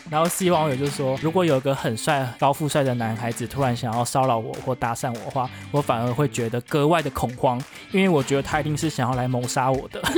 然后 C 网友就说，如果有一个很帅高富帅的男孩子突然想要骚扰我或搭讪我的话，我反而会觉得格外的恐慌，因为我觉得他一定是想要来谋杀我的。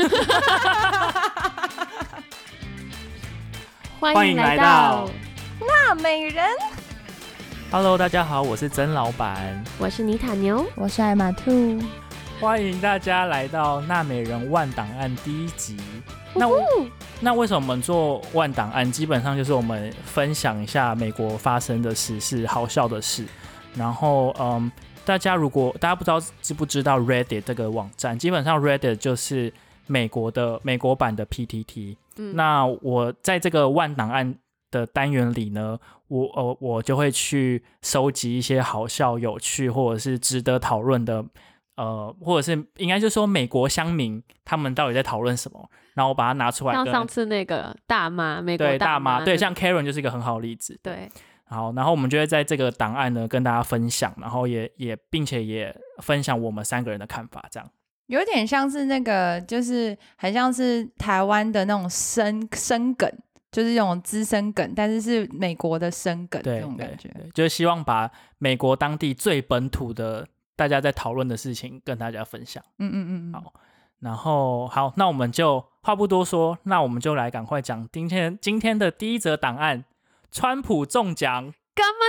欢迎来到娜美人。 Hello， 大家好，我是曾老板， 我是妮塔牛， 我是艾玛兔。 欢迎大家来到娜美人万档案第一集。那为什么我们做万档案？基本上就是我们分享一下美国发生的时事、好笑的事。然后，大家不知道知不知道 Reddit 这个网站，基本上 Reddit 就是美国版的 PTT。那我在这个万档案的单元里呢，我就会去收集一些好笑、有趣或者是值得讨论的。或者是应该就是说美国乡民他们到底在讨论什么，然后我把它拿出来跟， 像上次那个大妈，美国大妈，对，像 Karen 就是一个很好的例子。 对， 好，然后我们就会在这个档案呢跟大家分享，然后并且也分享我们三个人的看法，这样有点像是那个，就是很像是台湾的那种生梗，就是这种资深梗，但是是美国的生梗这种感觉。 对，就是希望把美国当地最本土的大家在讨论的事情跟大家分享。好，然后好，那我们就话不多说，那我们就来赶快讲今天的第一则档案：川普中奖。 干嘛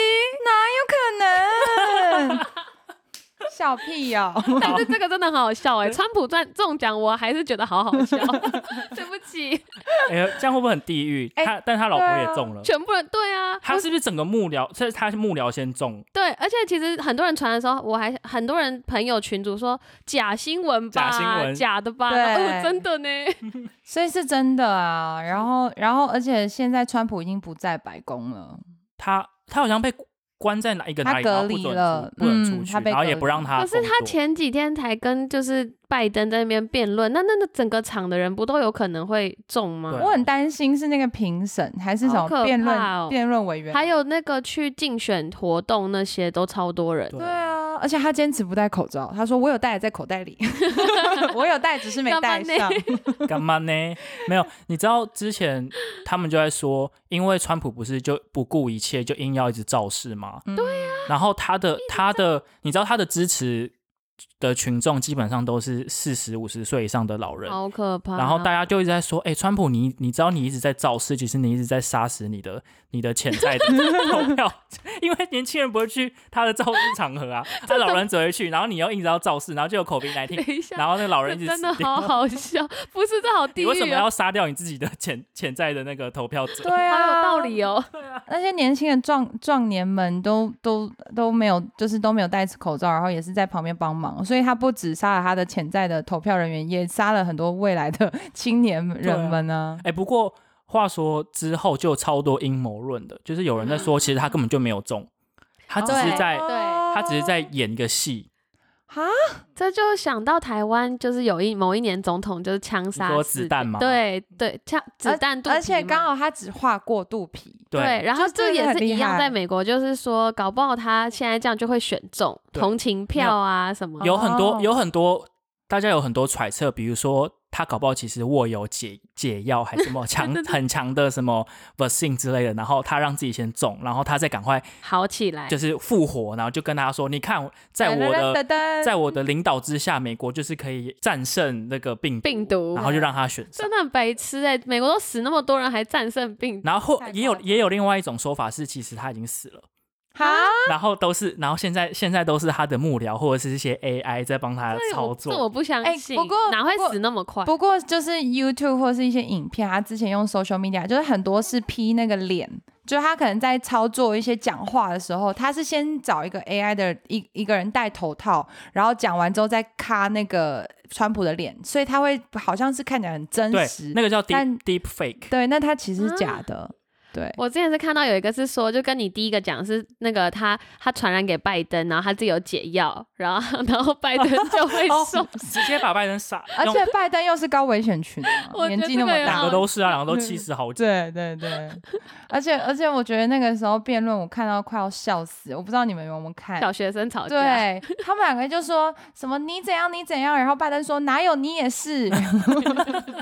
呢？哪有可能？笑屁哦！ 但是这个真的很好笑哎，川普中奖，我还是觉得好好笑。对不起， 这样会不会很地狱？但他老婆也中了， 全部人对啊， 他是不是整个幕僚？是他幕僚先中？ 对，而且其实很多人传的时候，我还很多人朋友群组说假新闻吧， 假新闻， 假的吧？真的呢， 所以是真的啊。然后，而且现在川普已经不在白宫了， 他好像被关在哪里， 他隔离了， 不能出去，然后也不让他。 可是他前几天才跟就是拜登在那边辩论，那整个场的人不都有可能会中吗？ 我很担心是那个评审还是什么辩论委员， 还有那个去竞选活动那些都超多人。 对啊，而且他坚持不戴口罩，他说我有戴在口袋里，我有戴只是没戴上。 干嘛呢？没有，你知道之前他们就在说，因为川普不是就不顾一切就硬要一直造势吗？ 对啊， 然后他的，你知道他的支持的群众基本上都是40、50岁以上的老人， 好可怕。 然后大家就一直在说，川普你知道你一直在造势，其实你一直在杀死你的潜在的投票，因为年轻人不会去他的造势场合啊，他老人只会去，然后你又一直要造势，然后就有COVID-19，然后那个老人一直真的好好笑，不是这好地狱， 你为什么要杀掉你自己的潜在的那个投票者？ 对啊， 好有道理哦。 对啊， 那些年轻的壮年们都没有，就是都没有戴口罩，然后也是在旁边帮忙，所以他不只杀了他的潜在的投票人员，也杀了很多未来的青年人们呢。 不过话说之后就超多阴谋论的，就是有人在说，其实他根本就没有中，他只是在演一个戏。 哈， 这就想到台湾，就是某一年总统就是枪杀说子弹嘛， 对，子弹肚皮， 而且刚好他只划过肚皮， 对，然后这也是一样，在美国就是说，搞不好他现在这样就会选中同情票啊什么， 有很多，大家有很多揣测，比如说他搞不好其实握有解药还是什么很强的什么 vaccine 之类的，然后他让自己先中，然后他再赶快好起来， 就是复活，然后就跟大家说，你看在我的领导之下，美国就是可以战胜那个病毒，然后就让他选上。 真的很白痴美国都死那么多人还战胜病毒。 然后也有另外一种说法是，其实他已经死了。然后现在都是他的幕僚或者是一些 AI 在帮他操作， 这我不相信。 不过哪会死那么快？ 不过就是 YouTube 或是一些影片，他之前用 social media 就是很多是 P 那个脸，就是他可能在操作一些讲话的时候，他是先找一个 AI 的一个人戴头套，然后讲完之后再卡那个川普的脸，所以他会好像是看起来很真实， 对，那个叫 deep fake， 对，那他其实是假的。对， 我之前是看到有一个是说，就跟你第一个讲是那个他传染给拜登，然后他自己有解药，然后拜登就会说直接把拜登杀， 而且拜登又是高危险群年纪那么大， 两个都是啊，两个都70好几。 对，而且我觉得那个时候辩论我看到快要笑死，我不知道你们有没有看小学生吵架， 对他们两个就说什么你怎样，然后拜登说哪有你也是。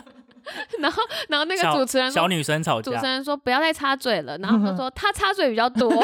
然后那个主持人小女生吵架， 主持人说不要再插嘴了，然后就说他插嘴比较多，真的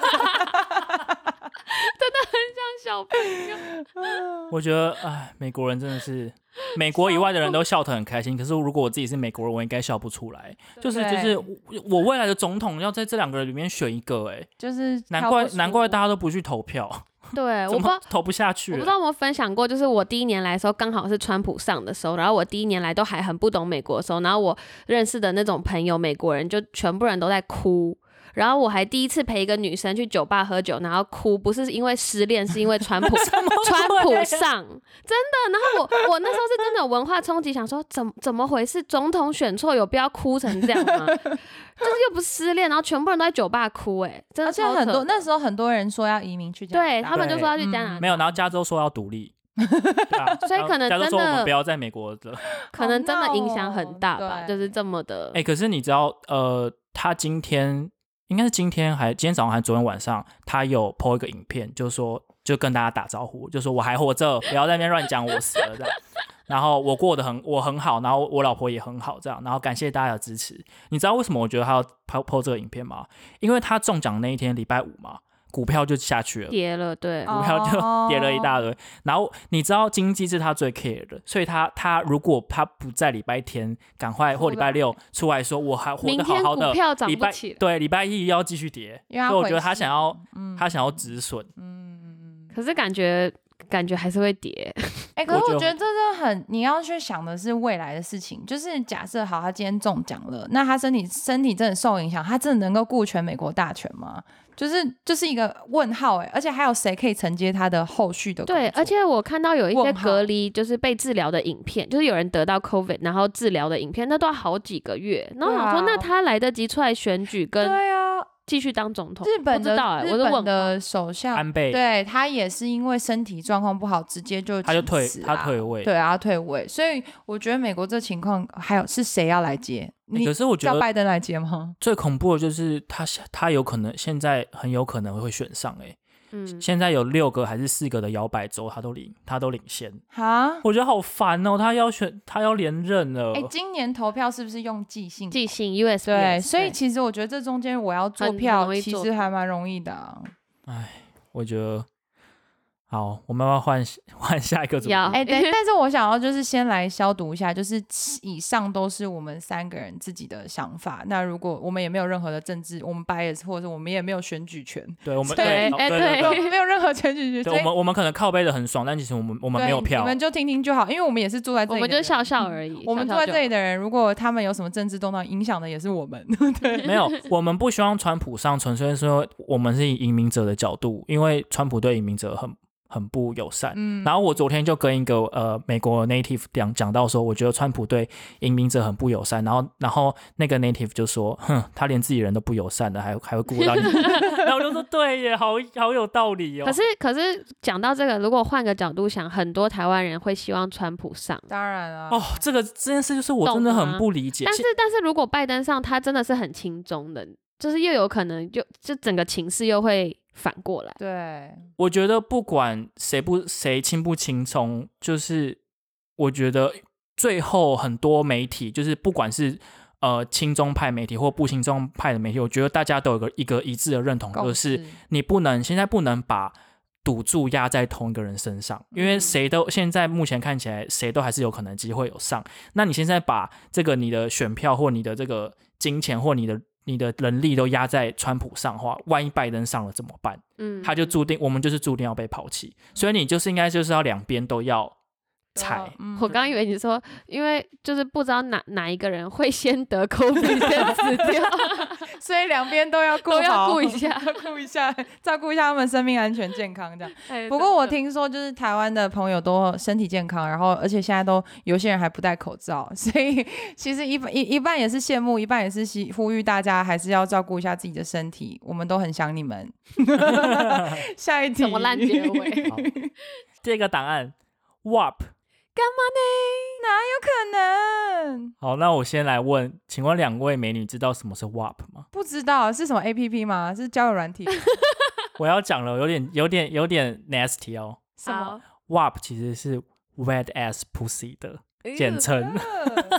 很像小朋友。 我觉得哎，美国人真的是，美国以外的人都笑得很开心，可是如果我自己是美国人，我应该笑不出来。就是我未来的总统要在这2个人里面选一个，哎， 就是难怪大家都不去投票。 对，我不知道投不下去。 我不知道有没有分享过，就是我第1年来的时候，刚好是川普上的时候，然后我第1年来都还很不懂美国的时候，然后我认识的那种朋友，美国人就全部人都在哭。然后我还第一次陪一个女生去酒吧喝酒，然后哭，不是因为失恋，是因为川普上，真的。然后我那时候是真的有文化冲击，想说怎么回事？总统选错，有必要哭成这样吗？就是又不是失恋，然后全部人都在酒吧哭，真的超扯。 而且那时候很多人说要移民去加拿大， 对他们就说要去加拿大， 没有，然后加州说要独立。 所以可能真的加州说我们不要在美国的， 可能真的影响很大吧，就是这么的。 可是你知道，他今天应该是今天早上还昨天晚上，他有 po 一个影片，就是说就跟大家打招呼，就说我还活着，不要在那边乱讲我死了这样。然后我很好，然后我老婆也很好这样，然后感谢大家的支持。你知道为什么我觉得他要 po 这个影片吗？因为他中奖那一天礼拜5嘛，股票就下去了， 跌了，对， 股票就跌了一大堆。然后你知道经济是他最 care 的，所以他如果他不在礼拜天赶快或礼拜6出来说我还活得好好的， 明天股票涨不起， 对，礼拜1要继续跌，所以我觉得他想要止损。 可是感觉还是会跌。 可是我觉得这是你要去想的是未来的事情，就是假设好，他今天中奖了，那他身体真的受影响，他真的能够顾全美国大权吗？就是一个问号而且还有谁可以承接他的后续的工作？ 对，而且我看到有一些隔离就是被治疗的影片，就是有人得到 COVID 然后治疗的影片，那都要好几个月。然后我想说，那他来得及出来选举跟继续当总统？ 日本的首相安倍， 对，他也是因为身体状况不好，直接就他退位， 对啊，退位。所以我觉得美国这情况还有是谁要来接？ 可是我觉得叫拜登来接吗？ 最恐怖的就是他有可能现在很有可能会选上现在有6个还是4个的摇摆州他都领先哈， 我觉得好烦哦。他要连任了。 今年投票是不是用寄信 US？ 对，所以其实我觉得这中间我要做票其实还蛮容易的我觉得好，我们要换下一个主题。 对，但是我想要就是先来消毒一下，就是以上都是我们3个人自己的想法。那如果我们也没有任何的政治，我们 bias， 或者是我们也没有选举权， 对，我们对， 没有任何选举权。 我们可能靠背的很爽，但其实我们没有票， 你们就听听就好，因为我们也是住在这里， 我们就笑笑而已。 我们住在这里的人，如果他们有什么政治动荡，影响的也是我们。对， 没有，我们不希望川普上，纯粹说我们是以移民者的角度，因为川普对移民者很不友善。然后我昨天就跟一个美国 native 讲到说，我觉得川普对移民者很不友善，然后那个 native 就说，他连自己人都不友善的，还会顾到你。然后我就说对耶，好有道理哦。 可是讲到这个，如果换个角度想，很多台湾人会希望川普上。 当然啊。 这件事就是我真的很不理解。 但是如果拜登上，他真的是很轻中的，就是又有可能就整个情势又会反过来。 对， 我觉得不管谁轻不轻松，就是我觉得最后很多媒体，就是不管是亲中派媒体或不亲中派的媒体，我觉得大家都有一个一致的认同，就是你现在不能把赌注压在同一个人身上，因为现在目前看起来谁都还是有可能机会有上。那你现在把这个你的选票或你的这个金钱或你的人力都压在川普上的话，万一拜登上了怎么办？我们就是注定要被抛弃。所以你就是应该就是要两边都要踩。 我刚以为你说，因为就是不知道哪一个人会先得 COVID 先死掉， 所以两边都要顾一下， 照顾一下他们生命安全健康这样。不过我听说就是台湾的朋友都身体健康，然后而且现在都有些人还不戴口罩，所以其实一半也是羡慕，一半也是呼吁大家还是要照顾一下自己的身体，我们都很想你们。下一题什么烂结尾？ 这个档案 WAP 干嘛呢？哪有可能？ 好，那我先来问，请问2位美女知道什么是 WAP 吗？ 不知道，是什么 APP 吗？是交友软体？ 我要讲了，有点 nasty 哦。 什么 ？WAP 其实是 Wet Ass Pussy 的简称。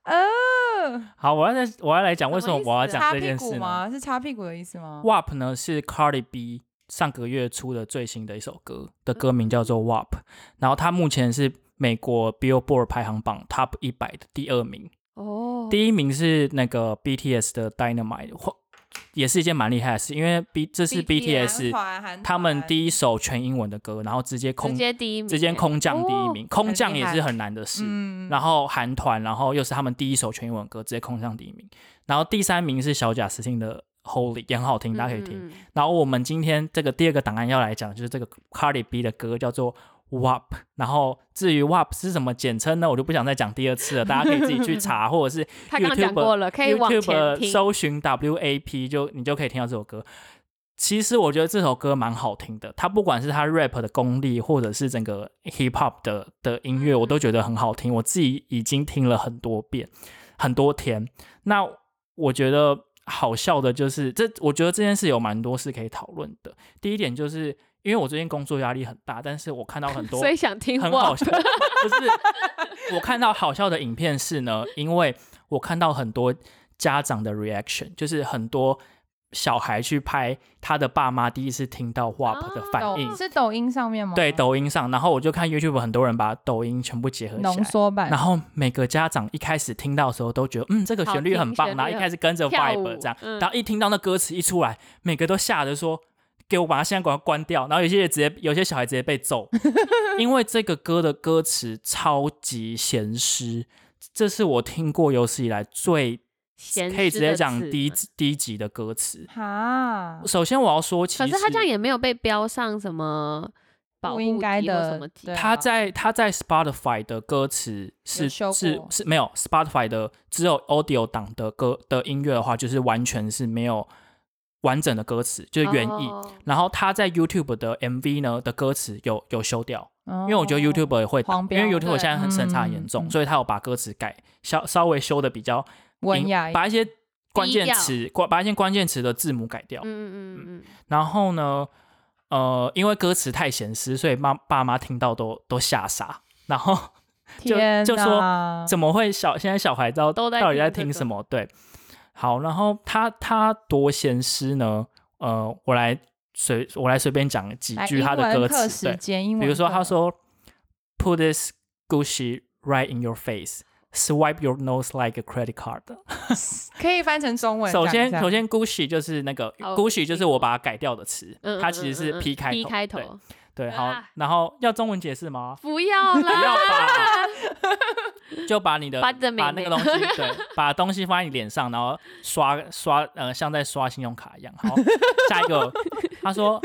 好，我要来讲为什么我要讲擦屁这件事呢股吗？是擦屁股的意思吗？ ？WAP 呢是 Cardi B 上个月出的最新的一首歌，的歌名叫做 WAP， 然后它目前是美国 Billboard 排行榜 Top 100的第2名。 哦， 第1名是那个 BTS 的 Dynamite， 也是一件蛮厉害的事，因为这是 BTS 他们第一首全英文的歌，然后直接第一名， 直接空降第一名，空降也是很难的事。然后韩团，然后又是他们第一首全英文歌，直接空降第一名。然后第3名是小贾斯汀的 Holy， 也很好听，大家可以听。然后我们今天这个第2个档案要来讲，就是这个 Cardi B 的歌叫做WAP， 然后至于 WAP 是什么简称呢，我就不想再讲第2次了，大家可以自己去查，或者是 YouTube 他刚刚讲过了，可以往前听搜寻 WAP， 你就可以听到这首歌。其实我觉得这首歌蛮好听的，它不管是它 rap 的功力，或者是整个 hip hop 的音乐，我都觉得很好听。我自己已经听了很多遍，很多天。那我觉得好笑的就是，我觉得这件事有蛮多事可以讨论的。第一点就是，因为我最近工作压力很大，但是我看到很多所以想听很好笑，不是我看到好笑的影片是呢，因为我看到很多家长的 reaction， 就是很多小孩去拍他的爸妈第一次听到 WAP 的反应， 是抖音上面吗？ 对，抖音上，然后我就看 YouTube 很多人把抖音全部结合起来浓缩版， 然后每个家长一开始听到的时候都觉得这个旋律很棒，然后一开始跟着 vibe 这样，然后一听到那歌词一出来，每个都吓得说给我把它现在给它关掉，然后有些小孩直接被揍，因为这个歌的歌词超级咸湿，这是我听过有史以来最可以直接讲低级的歌词。首先我要说，其实可是他这样也没有被标上什么保护级或什么级。 他在 Spotify 的歌词是没有 Spotify 的，只有 audio 档的歌的音乐的话，就是完全是没有完整的歌词，就是原意。然后他在 YouTube 的 MV 呢的歌词有修掉。因为我觉得 YouTube 也会打，因为 YouTube 现在很审查严重，所以他有把歌词稍微修的比较文雅， 把一些关键词的字母改掉。然后呢，因为歌词太咸湿，所以爸妈听到都吓傻，然后就说怎么会现在小孩到底在听什么？对，好，然后他多咸湿呢？我来随便讲几句他的歌词，对，比如说他说 "Put this Gucci right in your face, swipe your nose like a credit card"， 可以翻成中文。 首先 Gucci 就是那个 Gucci 就是我把它改掉的词，它其实是 P 开头。对，好，然后要中文解释吗？ 不要啦， 不要吧，就把那个东西，对，把东西放在你脸上，然后刷，像在刷信用卡一样。好，下一个，他说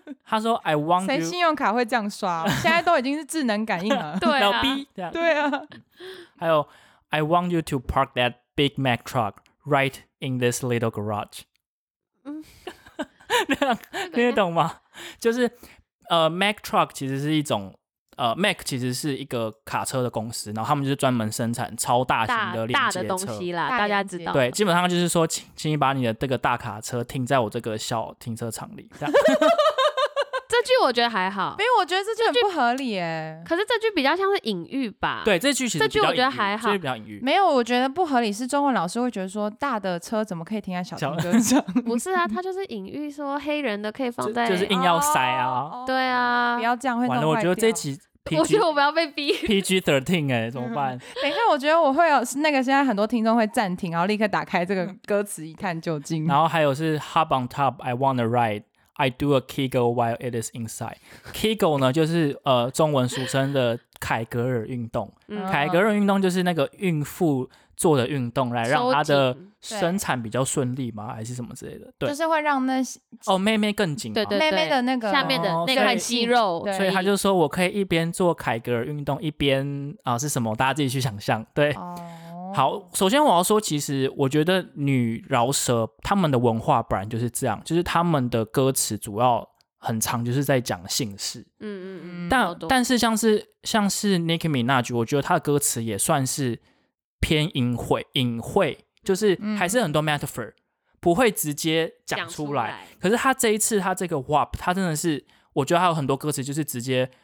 I want you， 谁信用卡会这样刷？现在都已经是智能感应了。 对啊， 对啊。 还有 I want you to park that Big Mac truck right in this little garage。听得懂吗？就是Mac truck 其实是一种Mac 其实是一个卡车的公司，然后他们就是专门生产超大型的连接车， 大的东西啦，大家知道。 对，基本上就是说，请你把你的这个大卡车停在我这个小停车场里。这样这句我觉得还好， 因为我觉得这句很不合理耶。 可是这句比较像是隐喻吧？ 对，这句其实这句我觉得还好， 比较隐喻。 没有，我觉得不合理是中文老师会觉得说大的车怎么可以停在小停车场？ 不是啊，他就是隐喻说黑人的可以放在， 就是硬要塞啊。 对啊， 不要这样会弄坏掉。 完了，我觉得这集。 我觉得我不要被逼 PG-13 怎么办？ 等一下，我觉得我会有那个，现在很多听众会暂停，然后立刻打开这个歌词一看究竟。 然后还有是 Hop on top, I wanna ride, I do a Kegel while it is inside. Kegel 呢，就是中文俗称的凯格尔运动。凯格尔运动就是那个孕妇做的运动，来让她的生产比较顺利吗？还是什么之类的？对， 就是会让那妹妹更紧， 对， 妹妹的那个下面的那块肌肉， 所以他就说我可以一边做凯格尔运动，一边是什么？大家自己去想象。对，好，首先我要说，其实我觉得女饶舌他们的文化不然就是这样，就是他们的歌词主要很长，就是在讲姓氏。但是像是 Nicki Minaj， 我觉得他的歌词也算是偏隐晦，就是还是很多 metaphor，不会直接讲出来。可是他这一次他这个 WAP， 他真的是，我觉得他有很多歌词就是直接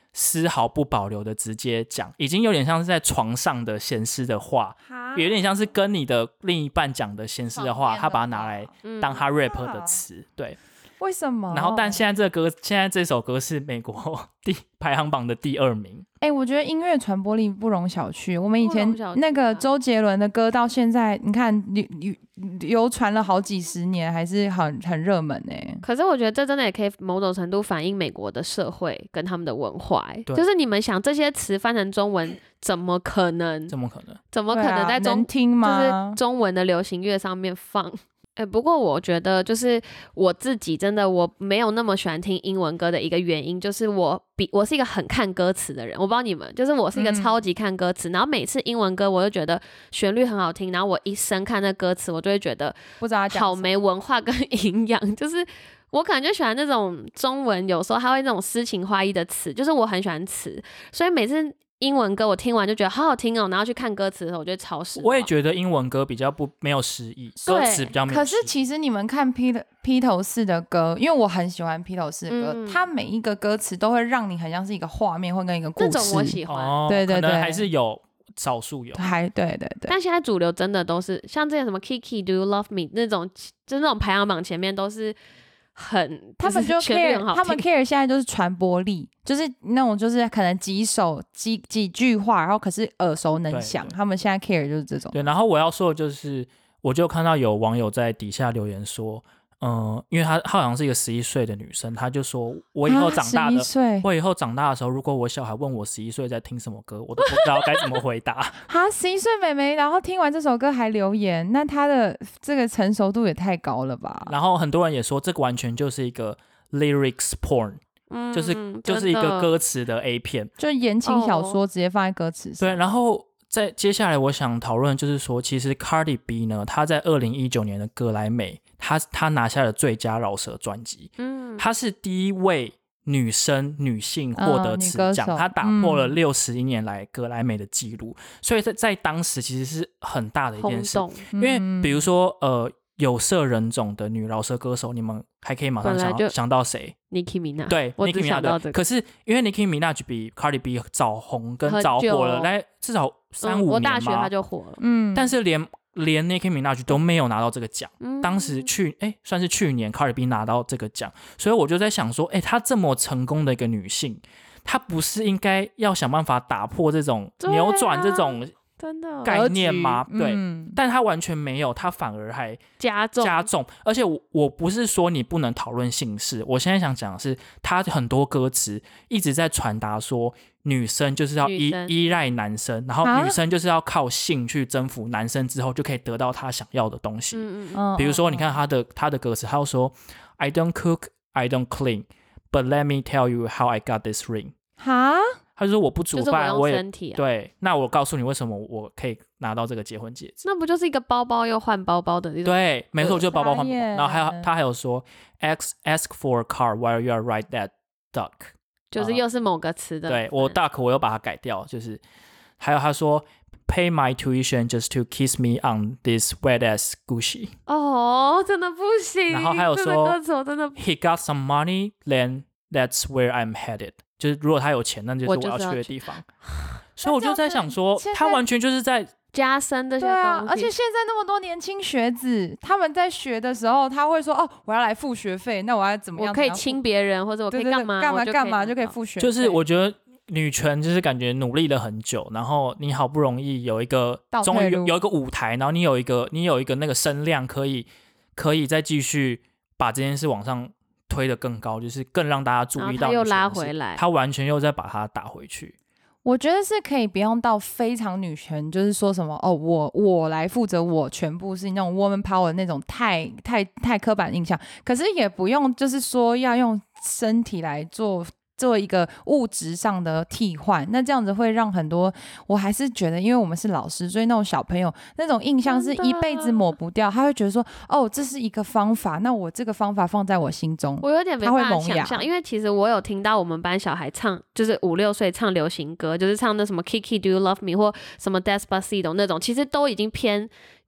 丝毫不保留的直接讲，已经有点像是在床上的闲诗的话，有点像是跟你的另一半讲的闲诗的话，他把它拿来当他 rap 的词，对。 为什么？ 然后，但现在这首歌是美国排行榜的第2名。 我觉得音乐传播力不容小觑。我们以前那个周杰伦的歌到现在，你看流传了好几十年，还是很热门可是我觉得这真的也可以某种程度反映美国的社会跟他们的文化。就是你们想这些词翻成中文，怎么可能在能听吗？ 就是中文的流行乐上面放？不过我觉得就是我自己真的我没有那么喜欢听英文歌的一个原因，就是我是一个很看歌词的人，我不知道你们，就是我是一个超级看歌词，然后每次英文歌我就觉得旋律很好听，然后我一生看那歌词，我就会觉得不知道好没文化跟营养，就是我可能就喜欢那种中文有时候它会那种诗情画意的词，就是我很喜欢词，所以每次英文歌我听完就觉得好好听哦，然后去看歌词的时候我觉得超失望。 我也觉得英文歌比较没有诗意，歌词比较没有诗意。 可是其实你们看披头士的歌，因为我很喜欢披头士的歌，它每一个歌词都会让你很像是一个画面或跟一个故事。 这种我喜欢。 对对对， 可能还是有少数有。 对。 但现在主流真的都是像之前什么 Kiki Do You Love Me 那种，就那种排行榜前面都是。 他们就 care， 他们 care 现在就是传播力，就是那种就是可能几句话，然后可是耳熟能详。他们现在 care 就是这种。 对，然后我要说的就是，我就看到有网友在底下留言说，因为她好像是一个11岁的女生，她就说我以后长大的时候，如果我小孩问我11岁在听什么歌，我都不知道该怎么回答。 11岁妹妹，然后听完这首歌还留言，那她的这个成熟度也太高了吧？ 然后很多人也说，这个完全就是一个 lyrics porn，就是一个歌词的 A 片， 就言情小说直接放在歌词上。 对，然后在接下来我想讨论就是说，其实 Cardi B 呢，她在2019年的格莱美，她拿下了最佳饶舌专辑，她是第一位女性获得此奖，她打破了61年来格莱美的记录，所以在当时其实是很大的一件事，因为比如说有色人种的女饶舌歌手，你们还可以马上想到谁？ Nicki Minaj。 对， 我只想到这个。 可是因为 Nicki Minaj 比 Cardi B 早红跟早火了，来至少3-5年嘛。 我大学她就火了。 但是连 Nicki Minaj 都没有拿到这个奖。当时算是去年 Cardi B 拿到这个奖，所以我就在想说，她这么成功的一个女性，她不是应该要想办法打破这种扭转这种概念吗？对，但他完全没有，他反而还加重。而且我不是说你不能讨论性事，我现在想讲的是，他很多歌词一直在传达说，女生就是要依赖男生，然后女生就是要靠性去征服男生之后，就可以得到他想要的东西。比如说，你看他的歌词，他又说 I don't cook, I don't clean, but let me tell you how I got this ring。他就说我不煮饭， 我身体对，那我告诉你为什么我可以拿到这个结婚戒指。 那不就是一个包包又换包包的那种？ 对，没错，就包包换包包。然后他还有说 ask for a car while you are right that duck， 就是又是某个词的。 对，我 duck 我又把它改掉，就是还有他说 pay my tuition just to kiss me on this wet ass Gucci。 真的不行。 然后还有说歌词我真的 he got some money, then that's where I'm headed。就是如果他有钱，那就是我要去的地方。所以我就在想说，他完全就是在加深这些东西。 而且现在那么多年轻学子，他们在学的时候，他会说：“我要来付学费，那我要怎么样？ 我可以亲别人，或者我可以干嘛就可以付学费。” 就是我觉得女权就是感觉努力了很久，然后你好不容易有一个终于有一个舞台，然后你有一个那个声量，可以再继续把这件事往上推得更高，就是更让大家注意到， 他又拉回来， 他完全又再把它打回去。 我觉得是可以不用到非常女权，就是说什么我来负责，我全部是那种 woman power 那种太刻板印象，可是也不用就是说要用身体来做一个物质上的替换，那这样子会让很多，我还是觉得因为我们是老师，所以那种小朋友那种印象是一辈子抹不掉，他会觉得说这是一个方法，那我这个方法放在我心中， 我有点没办法想象，因为其实我有听到我们班小孩唱，就是5-6岁唱流行歌，就是唱那什么 Kiki Do You Love Me 或什么 Despacito 那种，其实都已经偏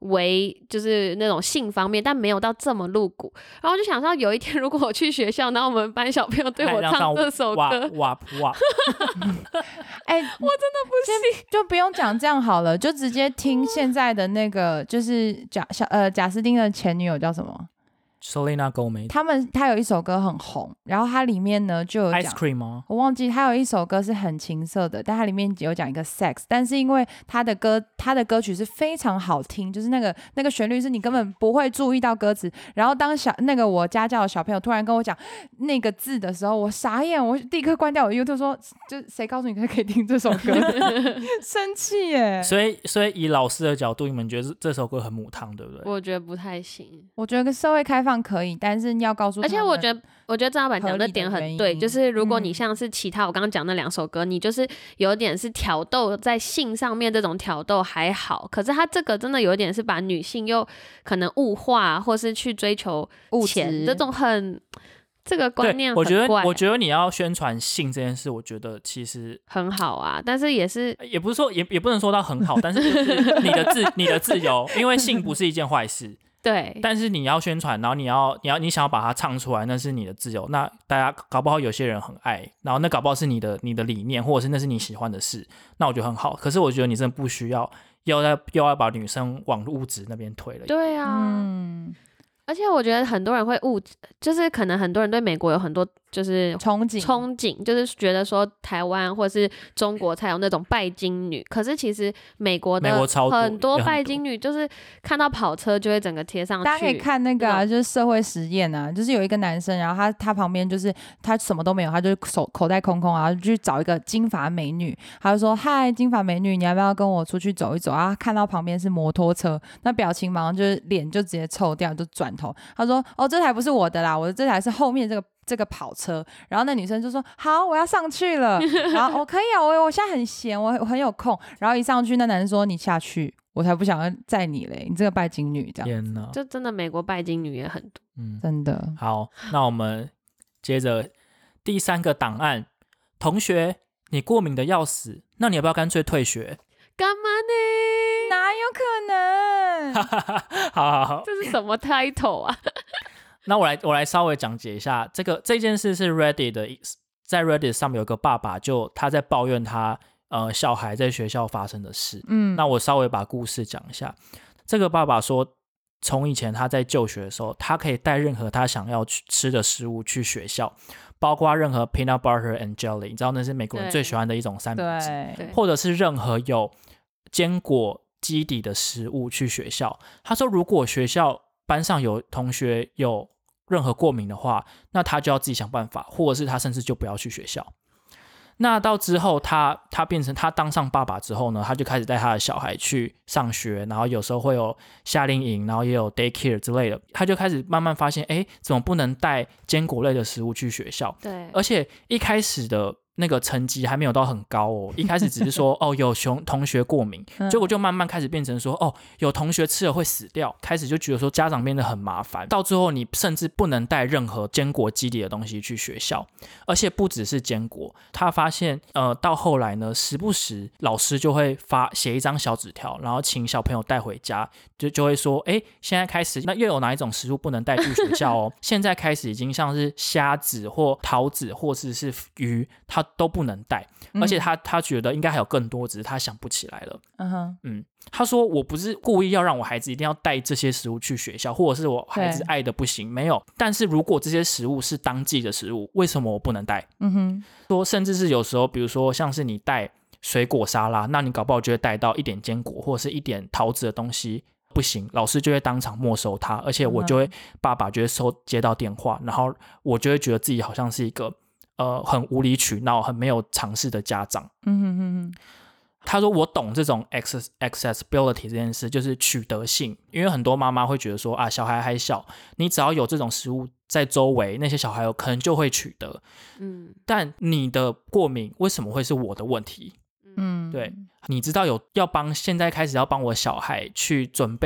为就是那种性方面，但没有到这么露骨。然后就想到有一天如果我去学校，然后我们班小朋友对我唱这首歌， 哇哎、我真的不行，就不用讲这样好了，就直接听现在的那个，就是贾斯汀的前女友叫什么？ Selena Gomez 他有一首歌很红，然后它里面呢就有讲 Ice Cream 吗？ 我忘记他有一首歌是很情色的，但它里面有讲一个 sex， 但是因为他的歌曲是非常好听，就是那个旋律是你根本不会注意到歌词，然后当那个我家教的小朋友突然跟我讲那个字的时候，我傻眼，我立刻关掉我 YouTube 说，就谁告诉你可以听这首歌的生气耶。 所以以老师的角度，你们觉得这首歌很母汤，对不对？ 我觉得不太行。 我觉得社会开放可以，但是要告诉他们， 而且我觉得郑老板讲的点很对，就是如果你像是其他我刚刚讲那2首歌，你就是有点是挑逗在性上面，这种挑逗还好，可是他这个真的有点是把女性又可能物化，或是去追求钱这种这个观念很怪。 我觉得你要宣传性这件事，我觉得其实很好啊，但是也不是说也不能说到很好，但是就是你的自由，因为性不是一件坏事。 对， 但是你要宣传，然后你想要把它唱出来，那是你的自由。那大家搞不好有些人很爱，然后那搞不好是你的理念，或者是那是你喜欢的事，那我觉得很好。可是我觉得你真的不需要又要把女生往物质那边推了。 对啊，而且我觉得很多人会就是可能很多人对美国有很多就是憧憬， 就是觉得说台湾或是中国才有那种拜金女，可是其实美国的很多拜金女就是看到跑车就会整个贴上去。 大家可以看那个就是社会实验啊，就是有一个男生，然后他旁边就是他什么都没有，他就口袋空空，然后就去找一个金发美女，他就说嗨，金发美女，你要不要跟我出去走一走啊？看到旁边是摩托车，那表情马上就是脸就直接臭掉，就转头他说哦，这台不是我的啦，我的这台是后面这个跑车。然后那女生就说好，我要上去了。然后可以啊，我现在很闲，我很有空。然后一上去，那男生说你下去，我才不想要载你嘞，你这个拜金女这样。 天哪， 就真的美国拜金女也很多。 真的。 好，那我们接着第3个档案，同学你过敏的要死，那你要不要干脆退学？ 干嘛呢？ 哪有可能？ 好， 这是什么 title 啊？ 那我来稍微讲解一下这件事是 Reddit 的，在 Reddit 上面有个爸爸，他在抱怨他小孩在学校发生的事。那我稍微把故事讲一下。这个爸爸说，从以前他在就学的时候，他可以带任何他想要吃的食物去学校，包括任何 peanut butter and jelly， 你知道那是美国人最喜欢的一种三明治，或者是任何有坚果基底的食物去学校。他说如果学校班上有同学有任何过敏的话，那他就要自己想办法，或者是他甚至就不要去学校。那到之后他变成他当上爸爸之后呢，他就开始带他的小孩去上学，然后有时候会有夏令营，然后也有 daycare 之类的。他就开始慢慢发现，怎么不能带坚果类的食物去学校？ 对， 而且一开始的那个成绩还没有到很高哦，一开始只是说有同学过敏，结果就慢慢开始变成说有同学吃了会死掉，开始就觉得说家长变得很麻烦，到最后你甚至不能带任何坚果基底的东西去学校，而且不只是坚果，他发现到后来呢，时不时老师就会写一张小纸条，然后请小朋友带回家，就会说现在开始那又有哪一种食物不能带去学校哦？现在开始已经像是虾子或桃子或者是鱼，他都不能带，而且他觉得应该还有更多，只是他想不起来了。他说我不是故意要让我孩子一定要带这些食物去学校，或者是我孩子爱的不行，没有。但是如果这些食物是当季的食物，为什么我不能带？说甚至是有时候，比如说像是你带水果沙拉，那你搞不好就会带到一点坚果或者是一点桃子的东西，不行，老师就会当场没收它，而且我就会爸爸就会接到电话，然后我就会觉得自己好像是一个很无理取闹、很没有尝试的家长。他说我懂这种 accessibility 这件事，就是取得性，因为很多妈妈会觉得说小孩还小，你只要有这种食物在周围，那些小孩有可能就会取得。但你的过敏为什么会是我的问题？对，你知道现在开始要帮我小孩去准备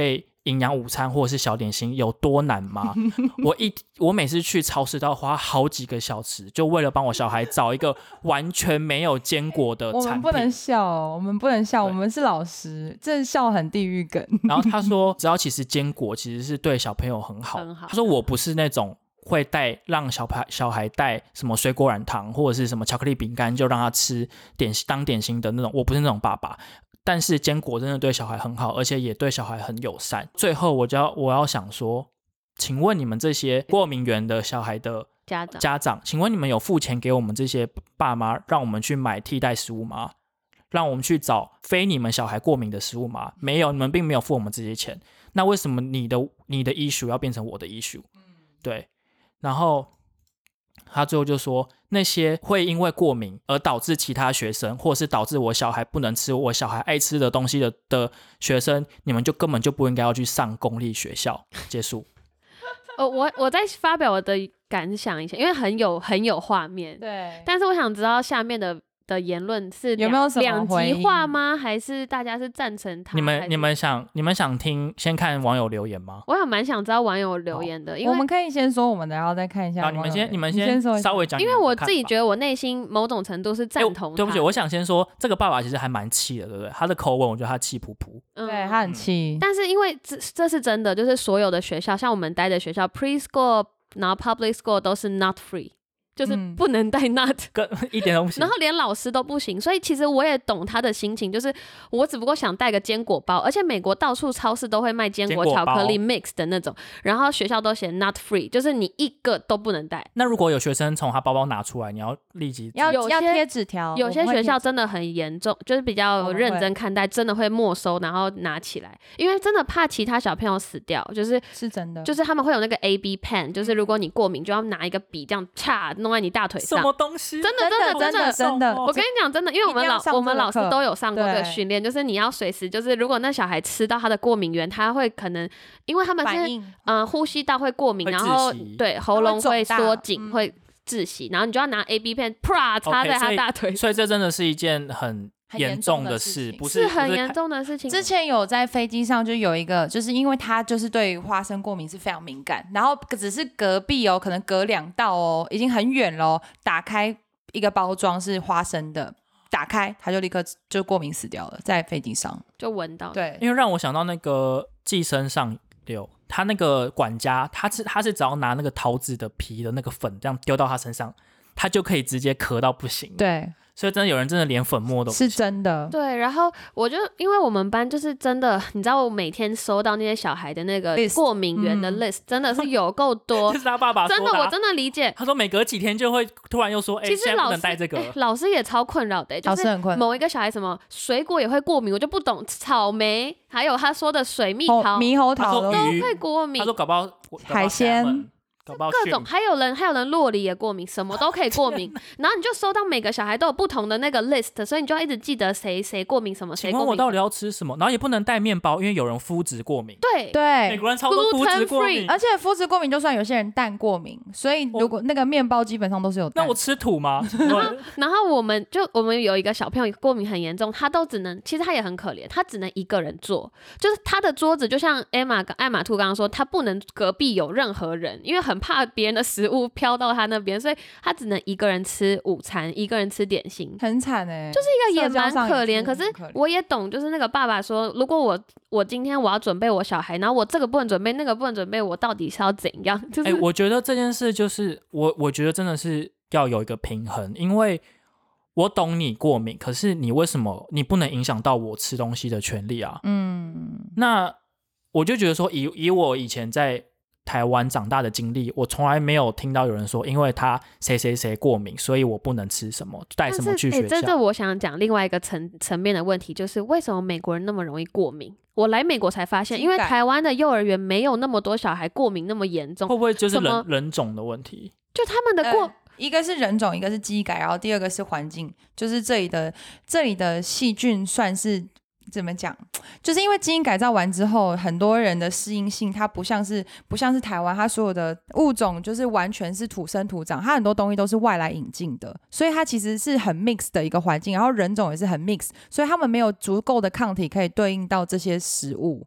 营养午餐或者是小点心有多难吗？我每次去超市都要花好几个小时，就为了帮我小孩找一个完全没有坚果的产品。 我们不能笑哦，我们不能笑，我们是老师，这笑很地狱梗。 然后他说，只要其实坚果其实是对小朋友很好。他说我不是那种会让小孩带什么水果软糖或者是什么巧克力饼干就让他吃当点心的那种，我不是那种爸爸。但是坚果真的对小孩很好，而且也对小孩很友善。最后我要想说，请问你们这些过敏源的小孩的家长，请问你们有付钱给我们这些爸妈，让我们去买替代食物吗？让我们去找非你们小孩过敏的食物吗？没有，你们并没有付我们这些钱。那为什么你的issue要变成我的issue？对，然后他最后就说，那些会因为过敏而导致其他学生，或是导致我小孩不能吃我小孩爱吃的东西的学生，你们就根本就不应该要去上公立学校。结束。 我在发表我的感想一下，因为很有画面， 对， 但是我想知道下面的言论是有没有什么两极化吗？还是大家是赞成他？ 你们想听先看网友留言吗？ 我蛮想知道网友留言的，因为我们可以先说我们的，然后再看一下。 你们先稍微讲， 因为我自己觉得我内心某种程度是赞同他。 对不起，我想先说这个爸爸其实还蛮气的，对不对？他的口吻我觉得他气噗噗， 对他很气。 但是因为这是真的，就是所有的学校，像我们待的学校 preschool 然后 public school 都是 not free。就是不能带 nut， 一点都不行， 然后连老师都不行，所以其实我也懂他的心情，就是我只不过想带个坚果包，而且美国到处超市都会卖坚果巧克力 mix 的那种，然后学校都写 not free， 就是你一个都不能带。 那如果有学生从他包包拿出来，你要立即要贴纸条， 有些学校真的很严重，就是比较认真看待，真的会没收，然后拿起来，因为真的怕其他小朋友死掉， 是真的， 就是他们会有那个 AB pen， 就是如果你过敏就要拿一个笔这样插弄在你大腿上， 什么东西？ 真的，我跟你讲真的，因为我们老师都有上过这个训练，就是你要随时，就是如果那小孩吃到他的过敏源，他会可能因为他们是呼吸道会过敏，然后对喉咙会缩紧，会窒息，然后你就要拿 AB pen 啪插在他大腿上， 所以这真的是一件很严重的事，不是很严重的事情。 之前有在飞机上就有一个，就是因为他就是对花生过敏是非常敏感，然后只是隔壁可能隔2道已经很远了打开一个包装是花生的，打开他就立刻就过敏死掉了，在飞机上就闻到。 对， 因为让我想到那个寄生上流，他那个管家他是只要拿那个桃子的皮的那个粉这样丢到他身上，他就可以直接咳到不行。 对， 所以真的有人真的连粉末都不行， 是真的。 对，然后我就因为我们班就是真的，你知道我每天收到那些小孩的那个过敏源的 list，真的是有够多。 这是他爸爸说的， 真的我真的理解。 他说每隔几天就会突然又说， 其实现在不能带这个。 老师也超困扰的，就是某一个小孩什么水果也会过敏，我就不懂，草莓还有他说的水蜜桃、 猕猴桃都会过敏。 他说搞不好海鲜。 各种，还有人酪梨也过敏，什么都可以过敏。然后你就收到每个小孩都有不同的那个 list， 所以你就要一直记得谁过敏什么，谁过敏。请问我到底要吃什么？然后也不能带面包，因为有人肤质过敏。 对， 美国人超多肤质过敏， 而且肤质过敏就算有些人蛋过敏，所以如果那个面包基本上都是有蛋。 那我吃土吗？ 然后我们有一个小朋友过敏很严重，他都只能，其实他也很可怜，他只能一个人做，就是他的桌子就像艾玛兔刚刚说，他不能隔壁有任何人，因为很怕别人的食物飘到他那边，所以他只能一个人吃午餐，一个人吃点心， 很惨就是一个也蛮可怜。可是我也懂，就是那个爸爸说，如果我今天我要准备我小孩，然后我这个不能准备，那个不能准备，我到底是要怎样？就是我觉得这件事就是我觉得真的是要有一个平衡，因为我懂你过敏，可是你为什么你不能影响到我吃东西的权利啊？那我就觉得说，以我以前在台湾长大的经历，我从来没有听到有人说因为他谁过敏，所以我不能吃什么带什么去学校。 这我想讲另外一个层面的问题，就是为什么美国人那么容易过敏？我来美国才发现，因为台湾的幼儿园没有那么多小孩过敏那么严重。 会不会就是人种的问题？ 就他们的一个是人种，一个是基改，然后第二个是环境，就是这里的细菌算是怎么讲？就是因为基因改造完之后，很多人的适应性，它不像是台湾，它所有的物种就是完全是土生土长，它很多东西都是外来引进的，所以它其实是很 mix 的一个环境，然后人种也是很 mix， 所以他们没有足够的抗体可以对应到这些食物。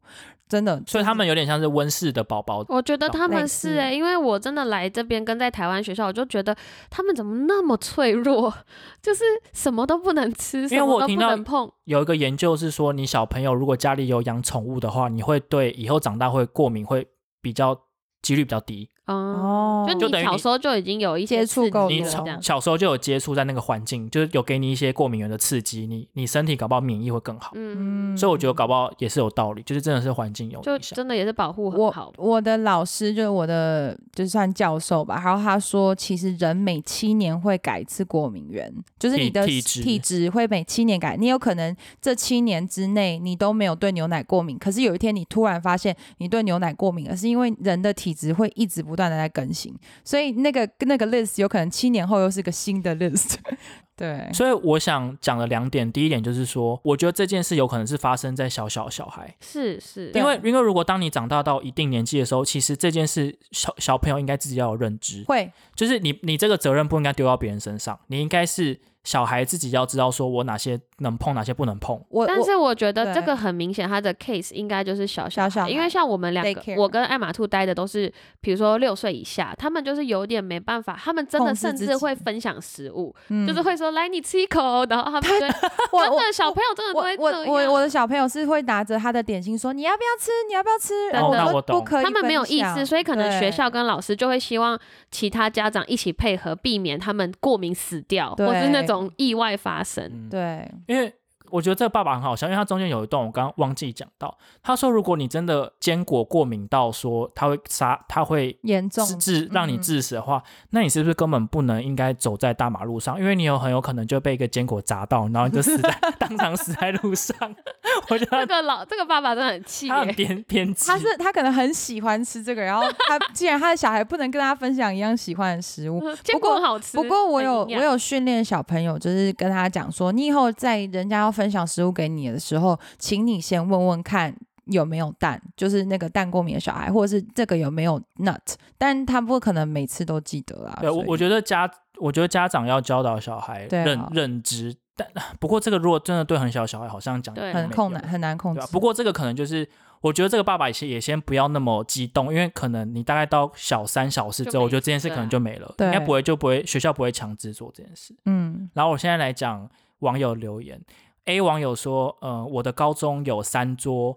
真的， 所以他们有点像是温室的宝宝。 我觉得他们是类似因为我真的来这边跟在台湾学校，我就觉得他们怎么那么脆弱，就是什么都不能吃， 因为我什么都不听到能碰。 有一个研究是说，你小朋友如果家里有养宠物的话，你会对以后长大会过敏会比较几率比较低。 哦， 就你就等于你小时候就已经有一些接触刺激够你多了这样。 小时候就有接触在那个环境，就是有给你一些过敏源的刺激，你身体搞不好免疫会更好。所以我觉得搞不好也是有道理，就是真的是环境有就影响。 真的也是保护很好。 我的老师就是我的就算教授吧，然后他说，其实人每7年会改一次过敏源，就是你的体质会每7年改。你有可能这7年之内你都没有对牛奶过敏，可是有一天你突然发现你对牛奶过敏，而是因为人的体质会一直不断的在更新，所以那个 list 有可能7年后又是个新的 list 对， 所以我想讲的2点，第一点就是说，我觉得这件事有可能是发生在小孩， 是因为如果当你长大到一定年纪的时候，其实这件事小朋友应该自己要有认知， 会就是你这个责任不应该丢到别人身上，你应该是小孩自己要知道说我哪些能碰，哪些不能碰。 但是我觉得这个很明显，他的 case 应该就是小孩，因为像我们2个，我跟艾玛兔待的都是，比如说6岁以下，他们就是有点没办法，他们真的甚至会分享食物，就是会说来你吃一口，然后他们就真的小朋友真的都会这样。 我的小朋友是会拿着他的点心说你要不要吃，你要不要吃？ 那我懂， 不可以， 他们没有意识，所以可能学校跟老师就会希望其他家长一起配合，避免他们过敏死掉，或是那种意外发生。 对， 因为我觉得这个爸爸很好笑，因为他中间有一段我刚刚忘记讲到，他说如果你真的坚果过敏到说他会严重让你致死的话，那你是不是根本不能应该走在大马路上，因为你很有可能就被一个坚果砸到，然后你就当场死在路上。我觉得这个爸爸真的很气耶， 他很偏激， 他可能很喜欢吃这个，然后既然他的小孩不能跟他分享一样喜欢的食物， 坚果很好吃。 不过我有训练小朋友，就是跟他讲说，你以后在人家要分享食物给你的时候，请你先问问看有没有蛋，就是那个蛋过敏的小孩，或者是这个有没有 nut， 但他不可能每次都记得啦。 对，我觉得家长要教导小孩认知，但不过这个如果真的对很小的小孩，好像讲很难控制。 不过这个可能就是我觉得这个爸爸也先不要那么激动，因为可能你大概到小3小4之后，我觉得这件事可能就没了，应该不会学校不会强制做这件事。然后我现在来讲网友留言。A 网友说，我的高中有3桌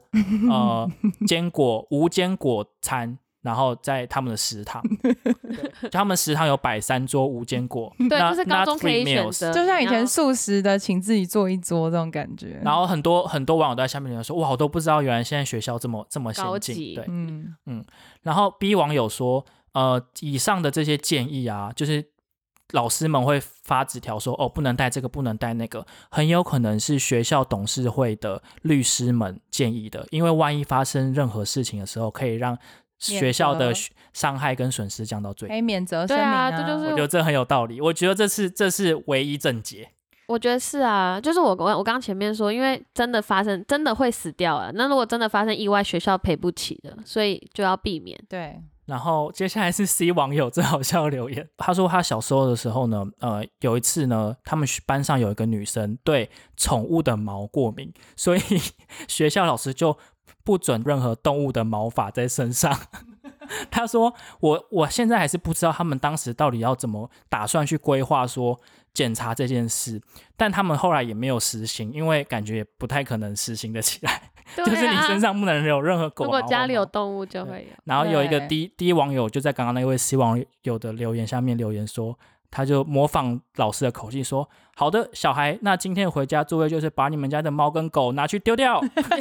无坚果餐，然后在他们的食堂，他们食堂有摆3桌无坚果， 对，就是高中可以选择， 就像以前素食的，请自己做一桌这种感觉。 然后很多网友都在下面留言说，哇，我都不知道原来现在学校这么先进，对，然后 B 网友说，以上的这些建议啊，就是老师们会发纸条说，不能带这个，不能带那个，很有可能是学校董事会的律师们建议的，因为万一发生任何事情的时候，可以让学校的伤害跟损失降到最低， 可以免责声明啊。 这就是我觉得这很有道理，我觉得这是唯一正解。 我觉得是啊，就是我刚刚前面说，因为真的会死掉啊，那如果真的发生意外，学校赔不起的，所以就要避免。 对。 然后接下来是 C 网友最好笑的留言，他说他小时候的时候呢，有一次呢，他们班上有一个女生对宠物的毛过敏，所以学校老师就不准任何动物的毛发在身上。他说我现在还是不知道他们当时到底要怎么打算去规划说检查这件事，但他们后来也没有实行，因为感觉也不太可能实行得起来。就是你身上不能有任何狗毛， 如果家里有动物就会有。 然后有一个 D 网友就在刚刚那位 C 网友的留言下面留言说，他就模仿老师的口气说，好的小孩，那今天回家作业就是把你们家的猫跟狗拿去丢掉。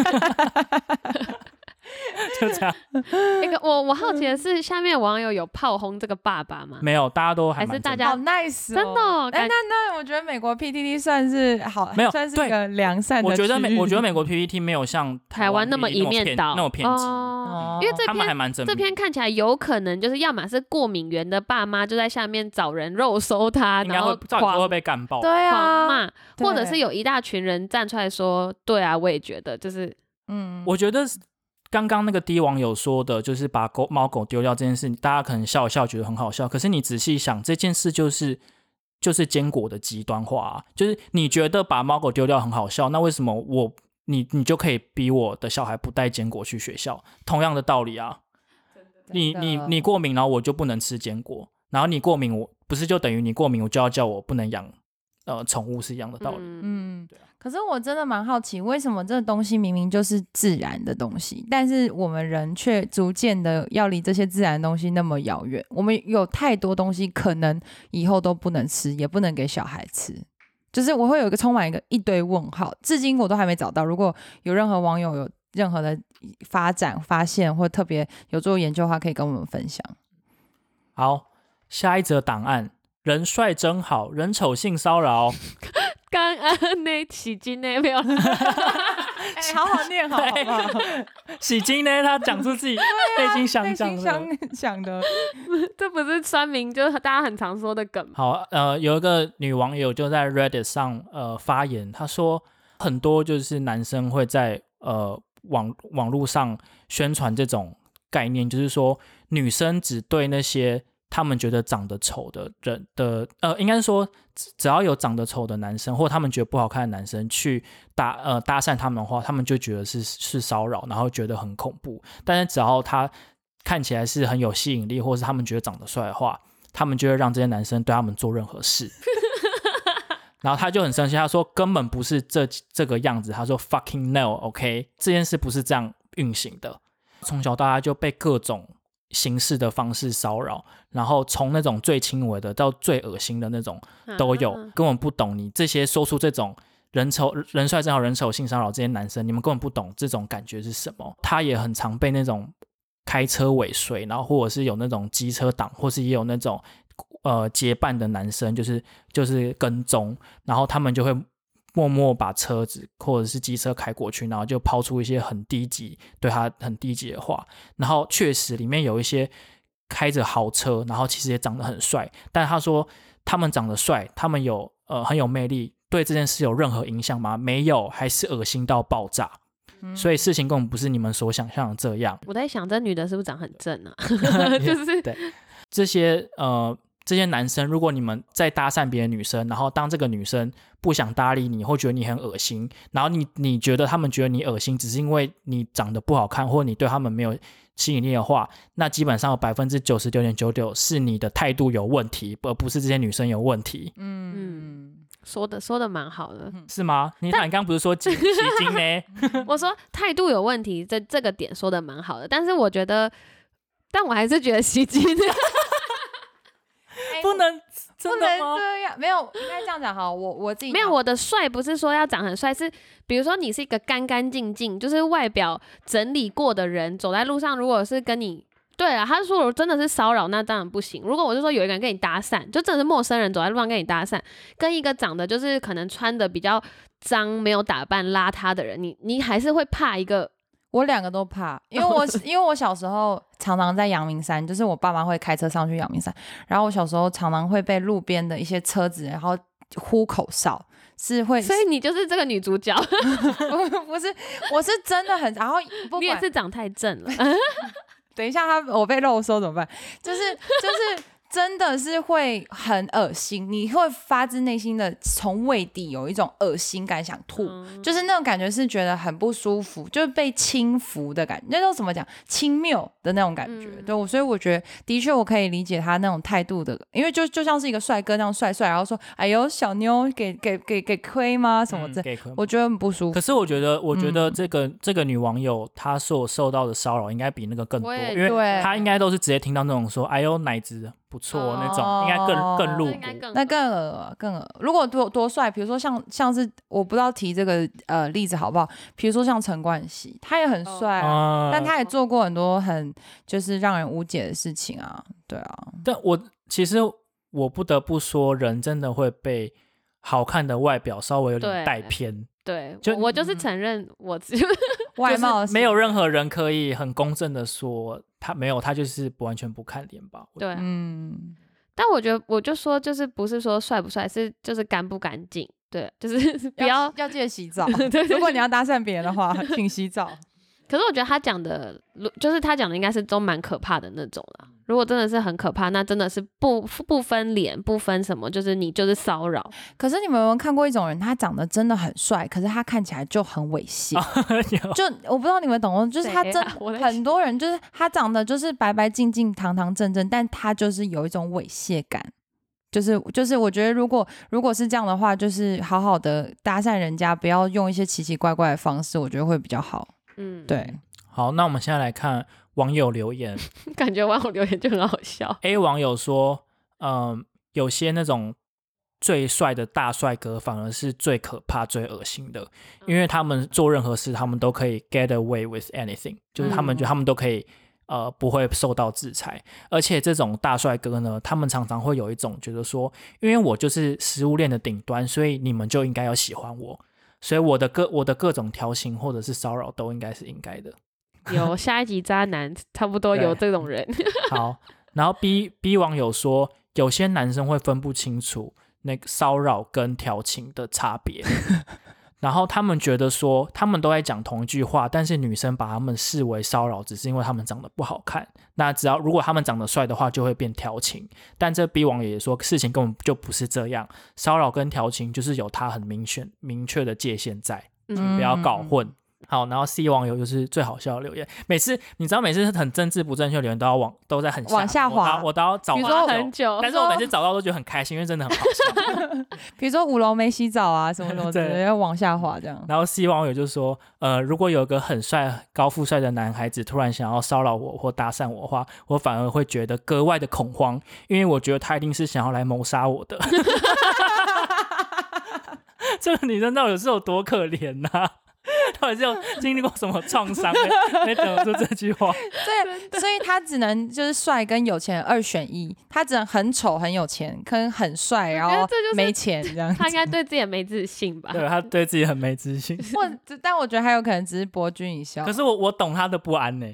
就这样。 我好奇的是，下面网友有炮轰这个爸爸吗？ 没有，大家都还是大家好 nice， 真的。 那我觉得美国 PTT 算是好， 没有算是一个良善的。 我觉得美国 PTT 没有像台湾那么一面倒， 那么偏激。 因为这篇看起来有可能就是要么是过敏源的爸妈就在下面找人肉搜他，然后会被干爆， 对啊， 狂骂，或者是有一大群人站出来说，对啊，我也觉得，就是我觉得刚刚那个 D 网友说的，就是把猫狗丢掉这件事，大家可能笑一笑觉得很好笑，可是你仔细想，这件事就是坚果的极端化啊，就是你觉得把猫狗丢掉很好笑，那为什么你就可以逼我的小孩不带坚果去学校，同样的道理啊。你过敏，然后我就不能吃坚果，然后你过敏，我不是就等于你过敏，我就要叫我不能养宠物是一样的道理。 可是我真的蛮好奇，为什么这个东西明明就是自然的东西，但是我们人却逐渐的要离这些自然的东西那么遥远？我们有太多东西可能以后都不能吃，也不能给小孩吃。就是我会有充满一堆问号，至今我都还没找到。如果有任何网友有任何的发展发现或特别有做研究的话，可以跟我们分享。 好，下一则档案：人帅真好，人丑性骚扰。 刚那洗金那没有好好念好不好？ 洗金呢？他讲出自己内心想讲的， 这不是酸民，就是大家很常说的梗。 好，有一个女网友就在 Reddit 上发言，她说很多就是男生会在网络上宣传这种概念，就是说女生只对那些他们觉得长得丑的人的应该是说只要有长得丑的男生或他们觉得不好看的男生去搭讪他们的话，他们就觉得是骚扰，然后觉得很恐怖。但是只要他看起来是很有吸引力，或是他们觉得长得帅的话，他们就会让这些男生对他们做任何事。然后他就很生气，他说根本不是这个样子，他说 fucking no OK， 这件事不是这样运行的。从小到大就被各种形式的方式骚扰，然后从那种最轻微的到最恶心的那种都有，根本不懂你这些说出这种人帅真好人丑性骚扰这些男生，你们根本不懂这种感觉是什么。他也很常被那种开车尾随，然后或者是有那种机车党，或是也有那种结伴的男生就是跟踪，然后他们就会默默把车子或者是机车开过去，然后就抛出一些很低级对他很低级的话。然后确实里面有一些开着豪车，然后其实也长得很帅，但他说他们长得帅，他们有很有魅力，对这件事有任何影响吗？没有，还是恶心到爆炸。所以事情根本不是你们所想象的这样。 我在想这女的是不是长很正啊？就是对这些男生，如果你们在搭讪别的女生，然后当这个女生不想搭理你，或觉得你很恶心，然后你觉得他们觉得你恶心，只是因为你长得不好看，或你对他们没有吸引力的话，那基本上有 99.99% 是你的态度有问题，而不是这些女生有问题。 说的蛮好的， 是吗？你刚刚不是说洗金呢？ 我说态度有问题，这个点说的蛮好的，但是我觉得，但我还是觉得洗金不能真的吗？ 这样，没有，应该这样讲好。我自己没有，我的帅不是说要长很帅，是比如说你是一个干干净净，就是外表整理过的人，走在路上，如果是跟你。对啊，他说我真的是骚扰，那当然不行。如果我就说有一个人跟你搭讪，就真的是陌生人走在路上跟你搭讪，跟一个长得就是可能穿的比较脏、没有打扮、邋遢的人，你还是会怕一个。 我两个都怕，因为我小时候常常在阳明山，就是我爸妈会开车上去阳明山，然后我小时候常常会被路边的一些车子然后呼口哨，是会， 所以你就是这个女主角。 不是，我是真的很，然后你也是长太正了。 等一下我被肉搜怎么办？就是真的是会很恶心，你会发自内心的从胃底有一种恶心感，想吐，就是那种感觉是觉得很不舒服，就是被轻浮的感觉，那种怎么讲，轻蔑的那种感觉。对，所以我觉得的确我可以理解他那种态度的，因为就像是一个帅哥那样帅帅，然后说哎呦小妞给亏吗什么的，我觉得很不舒服。 可是我觉得这个女网友她所受到的骚扰应该比那个更多，因为她应该都是直接听到那种说哎呦奶子不错那种，应该更露骨， 那更恶。如果多帅，比如说像是我不知道提这个例子好不好？比如说像陈冠希，他也很帅但他也做过很多很就是让人无解的事情啊，对啊。 但其实我不得不说，人真的会被好看的外表稍微有点带偏。 对，我就是承认我外貌没有任何人可以很公正的说他就是完全不看脸吧。 对，但我觉得我就说就是不是说帅不帅，是就是干不干净。对，就是不要记得洗澡。如果你要搭讪别人的话，请洗澡。 可是我觉得他讲的，就是他讲的应该是都蛮可怕的那种啦。如果真的是很可怕，那真的是不分脸，不分什么，就是你就是骚扰。 可是你们有没有看过一种人，他长得真的很帅，可是他看起来就很猥亵？就我不知道你们懂吗？就是他真很多人就是他长得就是白白净净、堂堂正正，但他就是有一种猥亵感。就是我觉得如果是这样的话，就是好好的搭讪人家，不要用一些奇奇怪怪的方式，我觉得会比较好。对。 好，那我们现在来看网友留言。 感觉网友留言就很好笑。 A 网友说，有些那种最帅的大帅哥反而是最可怕、最恶心的，因为他们做任何事，他们都可以 get away with anything， 就是他们觉得他们都可以。不会受到制裁，而且这种大帅哥呢，他们常常会有一种觉得说，因为我就是食物链的顶端，所以你们就应该要喜欢我，所以我的各种调情或者是骚扰都应该是应该的。 有下一集渣男差不多有这种人。 好，然后 B 网友说，有些男生会分不清楚那个骚扰跟调情的差别。然后他们觉得说，他们都在讲同一句话，但是女生把他们视为骚扰，只是因为他们长得不好看。那如果他们长得帅的话，就会变调情。但这 B 网友也说，事情根本就不是这样，骚扰跟调情就是有它很明确的界限在，请不要搞混。好，然后 C 网友就是最好笑的留言，每次很政治不正确的留言都在很往下滑， 我都要找很久， 但是我每次找到都觉得很开心，因为真的很好笑。 比如说5楼没洗澡啊什么什么的，要往下滑这样。 然后 C 网友就说，如果有个很帅高富帅的男孩子突然想要骚扰我或搭讪我的话，我反而会觉得格外的恐慌，因为我觉得他一定是想要来谋杀我的。这个女生到底是有多可怜啊？到底是有经历过什么创伤没讲得出这句话？ 对，所以他只能就是帅跟有钱2选1，他只能很丑很有钱，跟很帅然后没钱这样子。 他应该对自己也没自信吧？ 对，他对自己很没自信。 但我觉得还有可能只是博君一笑。 可是我懂他的不安呢。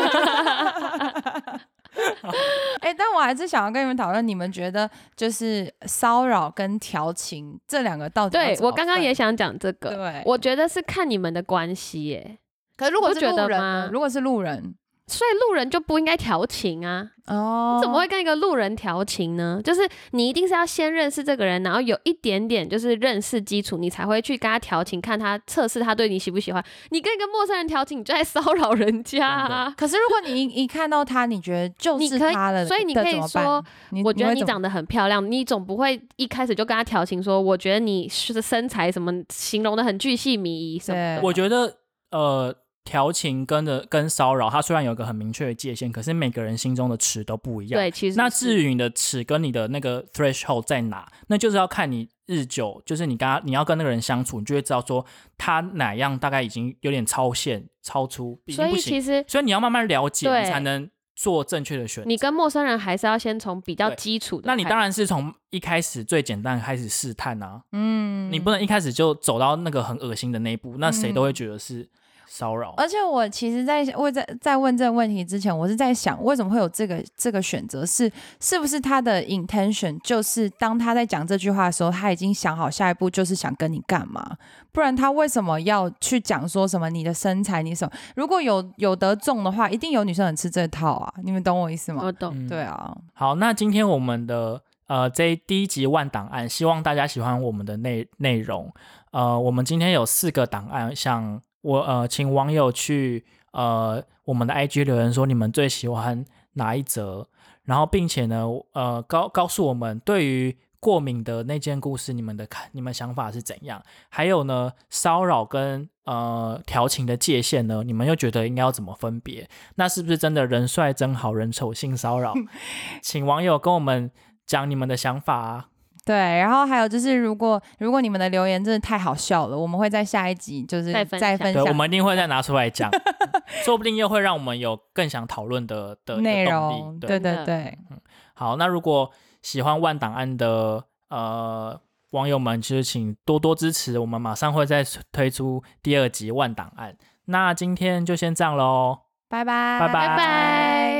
但我还是想要跟你们讨论，你们觉得就是骚扰跟调情这两个到底要怎么分？ 对，我刚刚也想讲这个。 对， 我觉得是看你们的关系耶。 可是如果是路人吗？ 如果是路人， 所以路人就不应该调情啊！你怎么会跟一个路人调情呢？就是你一定是要先认识这个人，然后有一点点就是认识基础，你才会去跟他调情，看他测试他对你喜不喜欢。你跟一个陌生人调情，你就在骚扰人家啊！ 可是如果你一看到他，你觉得就是他了， 所以你可以说，我觉得你长得很漂亮，你总不会一开始就跟他调情说，我觉得你是身材什么形容的很巨细靡遗什么的。 我觉得调情跟骚扰，它虽然有一个很明确的界限，可是每个人心中的尺都不一样。 对，其实那至于你的尺跟你的那个 threshold 在哪，那就是要看你日久，就是你要跟那个人相处，你就会知道说他哪样大概已经有点超限、超出，已经不行。所以你要慢慢了解，你才能做正确的选择。 你跟陌生人还是要先从比较基础的。 那你当然是从一开始最简单开始试探啊。你不能一开始就走到那个很恶心的那一步，那谁都会觉得是骚扰。 而且我其实在问这个问题之前，我是在想为什么会有这个选择，是不是他的 intention 就是当他在讲这句话的时候，他已经想好下一步就是想跟你干嘛，不然他为什么要去讲说什么你的身材你什么？如果有得中的话，一定有女生很吃这套啊，你们懂我意思吗？ 我懂。 对啊。 好，那今天我们的第一集万档案，希望大家喜欢我们的内容。我们今天有4个档案，像请网友去我们的 IG 留言说你们最喜欢哪一则，然后并且呢告诉我们对于过敏的那件故事你们想法是怎样，还有呢骚扰跟调情的界限呢，你们又觉得应该要怎么分别？那是不是真的人帅真好人丑性骚扰？请网友跟我们讲你们的想法啊。 对，然后还有就是，如果你们的留言真的太好笑了，我们会在下一集就是再分享， 对，我们一定会再拿出来讲，说不定又会让我们有更想讨论的内容。对对对， 好，那如果喜欢万档案的网友们，其实请多多支持，我们马上会再推出第2集万档案。那今天就先这样咯， 拜拜拜拜。